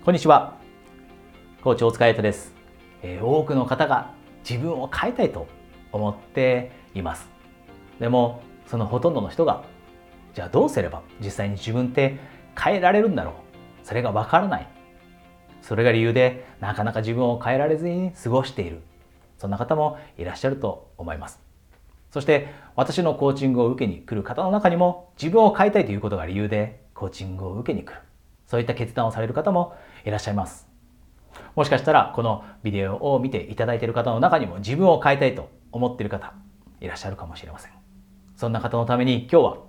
こんにちは。コーチ大塚瑛斗です。多くの方が自分を変えたいと思っています。でもそのほとんどの人が、じゃあどうすれば実際に自分って変えられるんだろう、それがわからない、それが理由でなかなか自分を変えられずに過ごしている、そんな方もいらっしゃると思います。そして私のコーチングを受けに来る方の中にも、自分を変えたいということが理由でコーチングを受けに来る、そういった決断をされる方もいらっしゃいます。もしかしたらこのビデオを見ていただいている方の中にも、自分を変えたいと思っている方いらっしゃるかもしれません。そんな方のために今日は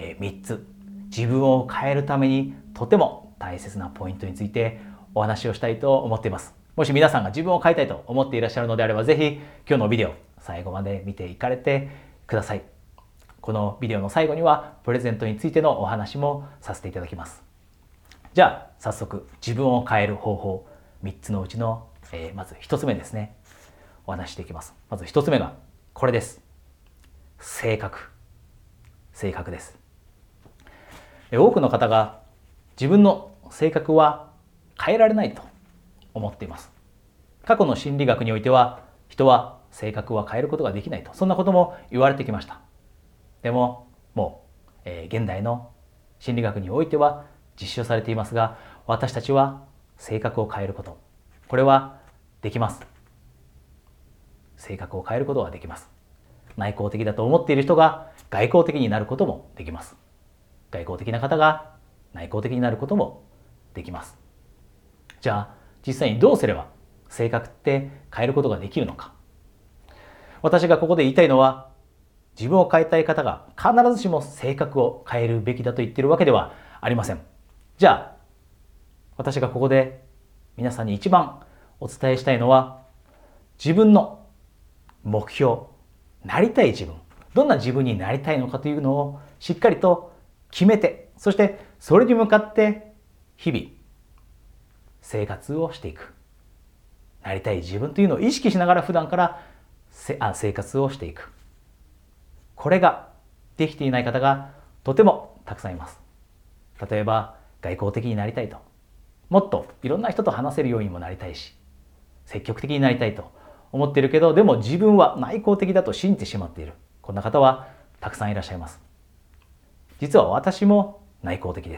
3つ自分を変えるためにとても大切なポイントについてお話をしたいと思っています。もし皆さんが自分を変えたいと思っていらっしゃるのであれば、ぜひ今日のビデオ最後まで見ていかれてください。このビデオの最後にはプレゼントについてのお話もさせていただきます。じゃあ早速、自分を変える方法3つのうちの、まず1つ目ですね、お話していきます。まず1つ目がこれです。性格です。多くの方が自分の性格は変えられないと思っています。過去の心理学においては、人は性格は変えることができないと、そんなことも言われてきました。でももう、現代の心理学においては実証されていますが、私たちは性格を変えること、これはできます。性格を変えることはできます。内向的だと思っている人が外向的になることもできます。外向的な方が内向的になることもできます。じゃあ実際にどうすれば性格って変えることができるのか。私がここで言いたいのは、自分を変えたい方が必ずしも性格を変えるべきだと言っているわけではありません。じゃあ私がここで皆さんに一番お伝えしたいのは、自分の目標、なりたい自分、どんな自分になりたいのかというのをしっかりと決めて、そしてそれに向かって日々生活をしていく。なりたい自分というのを意識しながら普段から生活をしていく。これができていない方がとてもたくさんいます。例えば外交的になりたいと、もっといろんな人と話せるようにもなりたいし、積極的になりたいと思っているけど、でも自分は内向的だと信じてしまっている、こんな方はたくさんいらっしゃいます。実は私も内向的です。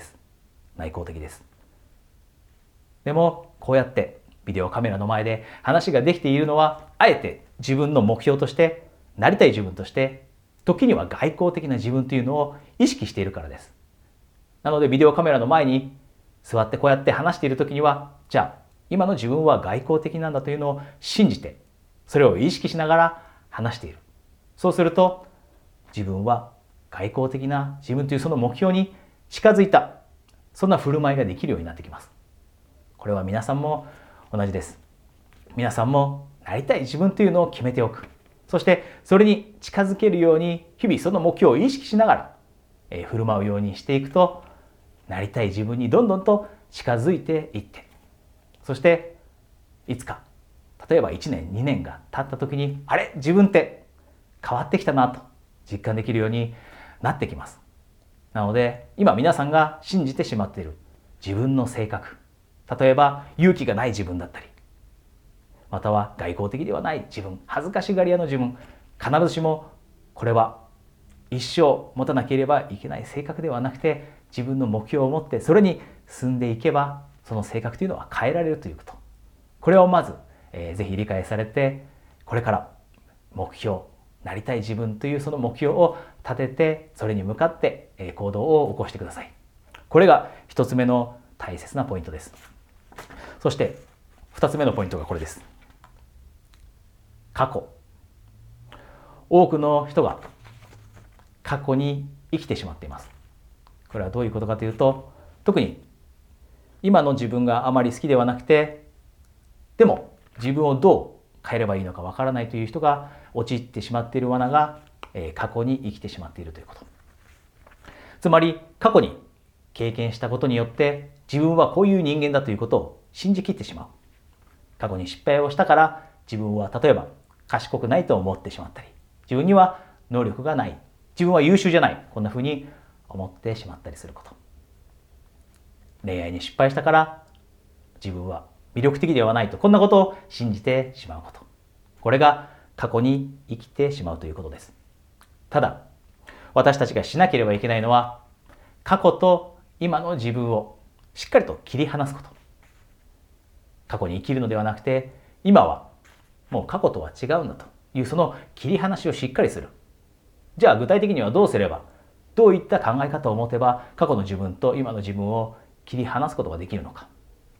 でもこうやってビデオカメラの前で話ができているのは、あえて自分の目標として、なりたい自分として、時には外向的な自分というのを意識しているからです。なのでビデオカメラの前に座ってこうやって話している時には、じゃあ今の自分は外向的なんだというのを信じて、それを意識しながら話している。そうすると自分は外向的な自分というその目標に近づいた、そんな振る舞いができるようになってきます。これは皆さんも同じです。皆さんもなりたい自分というのを決めておく。そしてそれに近づけるように日々その目標を意識しながら振る舞うようにしていくと、なりたい自分にどんどんと近づいていって、そしていつか例えば1年2年が経った時に、あれ、自分って変わってきたなと実感できるようになってきます。なので今皆さんが信じてしまっている自分の性格、例えば勇気がない自分だったり、または外向的ではない自分、恥ずかしがり屋の自分、必ずしもこれは一生持たなければいけない性格ではなくて、自分の目標を持ってそれに進んでいけば、その性格というのは変えられるということ、これをまず、ぜひ理解されて、これから目標、なりたい自分というその目標を立てて、それに向かって行動を起こしてください。これが一つ目の大切なポイントです。そして二つ目のポイントがこれです。過去。多くの人が過去に生きてしまっています。これはどういうことかというと、特に今の自分があまり好きではなくて、でも自分をどう変えればいいのかわからないという人が陥ってしまっている罠が、過去に生きてしまっているということ。つまり過去に経験したことによって自分はこういう人間だということを信じきってしまう。過去に失敗をしたから自分は例えば賢くないと思ってしまったり、自分には能力がない、自分は優秀じゃない、こんなふうに思ってしまったりすること。恋愛に失敗したから自分は魅力的ではないと、こんなことを信じてしまうこと。これが過去に生きてしまうということです。ただ、私たちがしなければいけないのは、過去と今の自分をしっかりと切り離すこと。過去に生きるのではなくて、今はもう過去とは違うんだというその切り離しをしっかりする。じゃあ具体的にはどうすれば、どういった考え方を持てば過去の自分と今の自分を切り離すことができるのか。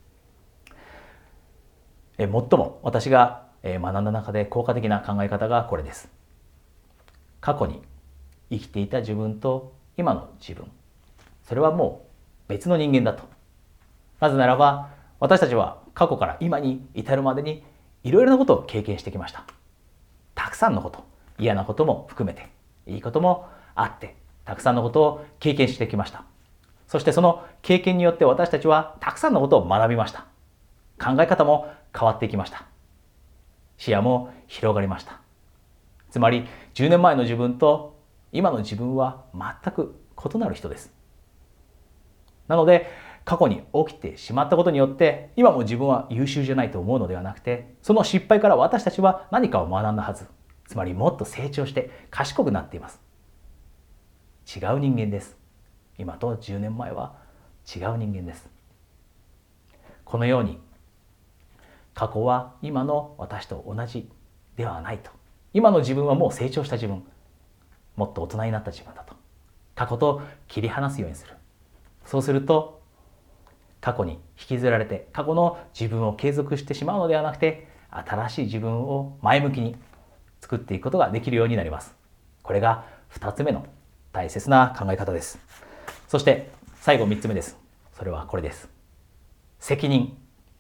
最も私が学んだ中で効果的な考え方がこれです。過去に生きていた自分と今の自分、それはもう別の人間だと。なぜならば、私たちは過去から今に至るまでにいろいろなことを経験してきました。たくさんのこと、嫌なことも含めて、いいこともあって、たくさんのことを経験してきました。そしてその経験によって私たちはたくさんのことを学びました。考え方も変わっていきました。視野も広がりました。つまり10年前の自分と今の自分は全く異なる人です。なので過去に起きてしまったことによって今も自分は優秀じゃないと思うのではなくて、その失敗から私たちは何かを学んだはず。つまりもっと成長して賢くなっています。違う人間です。今と10年前は違う人間です。このように過去は今の私と同じではないと。今の自分はもう成長した自分、もっと大人になった自分だと。過去と切り離すようにする。そうすると過去に引きずられて過去の自分を継続してしまうのではなくて、新しい自分を前向きに作っていくことができるようになります。これが2つ目の大切な考え方です。そして最後3つ目です。それはこれです。責任。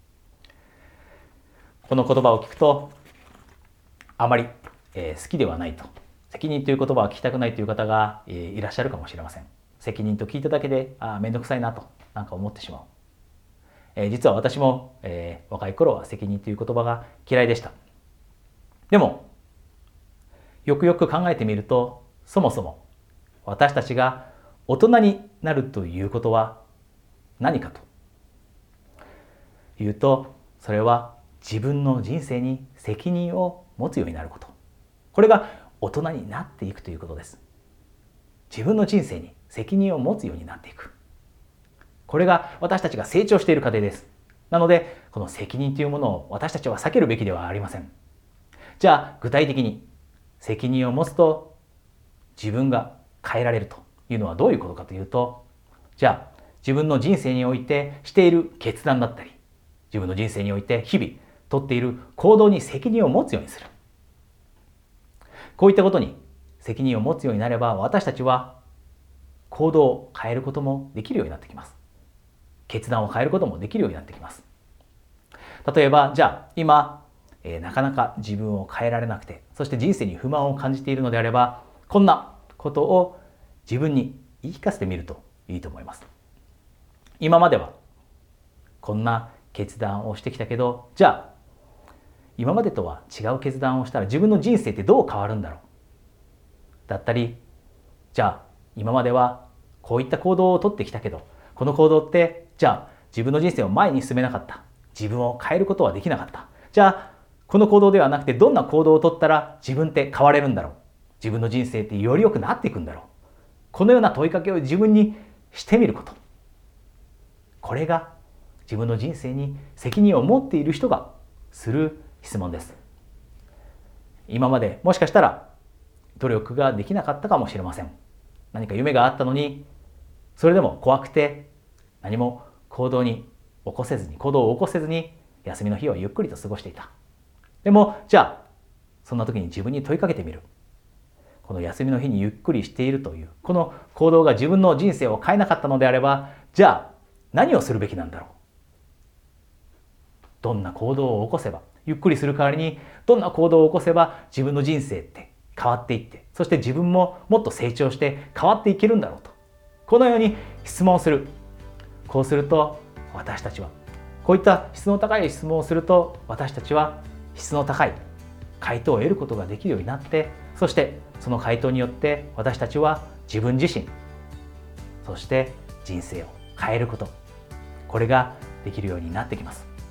この言葉を聞くとあまり好きではないと。責任という言葉を聞きたくないという方がいらっしゃるかもしれません。責任と聞いただけでめんどくさいなとなんか思ってしまう。実は私も若い頃は責任という言葉が嫌いでした。でもよくよく考えてみると、そもそも私たちが大人になるということは何かというと、それは自分の人生に責任を持つようになること。これが大人になっていくということです。自分の人生に責任を持つようになっていく。これが私たちが成長している過程です。なのでこの責任というものを私たちは避けるべきではありません。じゃあ具体的に責任を持つと自分が変えられるというのはどういうことかというと、じゃあ自分の人生においてしている決断だったり、自分の人生において日々とっている行動に責任を持つようにする。こういったことに責任を持つようになれば、私たちは行動を変えることもできるようになってきます。決断を変えることもできるようになってきます。例えばじゃあ今なかなか自分を変えられなくて、そして人生に不満を感じているのであれば、こんなことを自分に言い聞かせてみるといいと思います。今まではこんな決断をしてきたけど、じゃあ今までとは違う決断をしたら自分の人生ってどう変わるんだろうだったり、じゃあ今まではこういった行動をとってきたけど、この行動ってじゃあ自分の人生を前に進めなかった、自分を変えることはできなかった、じゃあこの行動ではなくてどんな行動をとったら自分って変われるんだろう、自分の人生ってより良くなっていくんだろう、このような問いかけを自分にしてみること。これが自分の人生に責任を持っている人がする質問です。今までもしかしたら努力ができなかったかもしれません。何か夢があったのに、それでも怖くて何も行動を起こせずに休みの日をゆっくりと過ごしていた。でもじゃあそんな時に自分に問いかけてみる。この休みの日にゆっくりしているというこの行動が自分の人生を変えなかったのであれば、じゃあ何をするべきなんだろう。どんな行動を起こせば、ゆっくりする代わりにどんな行動を起こせば自分の人生って変わっていって、そして自分ももっと成長して変わっていけるんだろうと、このように質問をする。こうすると私たちは、こういった質の高い質問をすると私たちは質の高い回答を得ることができるようになって、そしてその回答によって私たちは自分自身、そして人生を変えること、これができるようになってきます。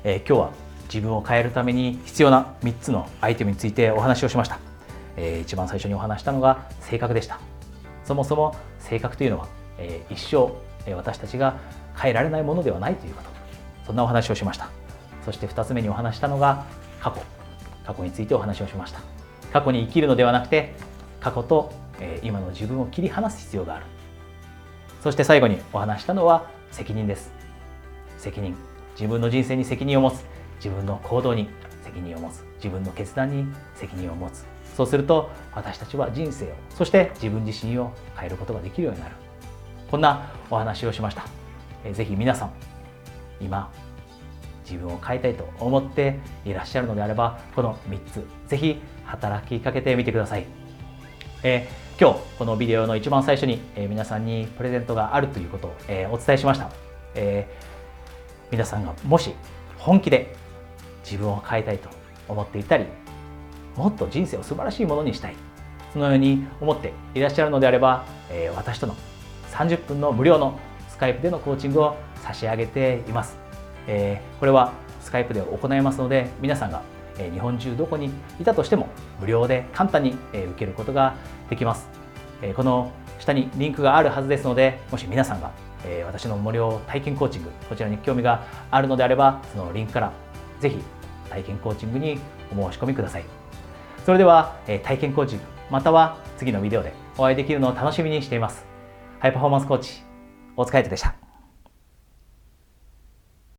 今日は自分を変えるために必要な3つのアイテムについてお話をしました。一番最初にお話したのが性格でした。そもそも性格というのは、一生私たちが変えられないものではないということ、そんなお話をしました。そして2つ目にお話したのが過去についてお話をしました。過去に生きるのではなくて、過去と今の自分を切り離す必要がある。そして最後にお話したのは責任です。責任、自分の人生に責任を持つ、自分の行動に責任を持つ、自分の決断に責任を持つ。そうすると私たちは人生を、そして自分自身を変えることができるようになる。こんなお話をしました。ぜひ皆さん、今自分を変えたいと思っていらっしゃるのであれば、この3つぜひ働きかけてみてください。今日このビデオの一番最初に、皆さんにプレゼントがあるということを、お伝えしました。皆さんがもし本気で自分を変えたいと思っていたり、もっと人生を素晴らしいものにしたい、そのように思っていらっしゃるのであれば、私との30分の無料のスカイプでのコーチングを差し上げています。これはスカイプで行いますので、皆さんが日本中どこにいたとしても無料で簡単に受けることができます。この下にリンクがあるはずですので、もし皆さんが私の無料体験コーチング、こちらに興味があるのであれば、そのリンクからぜひ体験コーチングにお申し込みください。それでは体験コーチング、または次のビデオでお会いできるのを楽しみにしています。ハイパフォーマンスコーチ大塚愛人でした。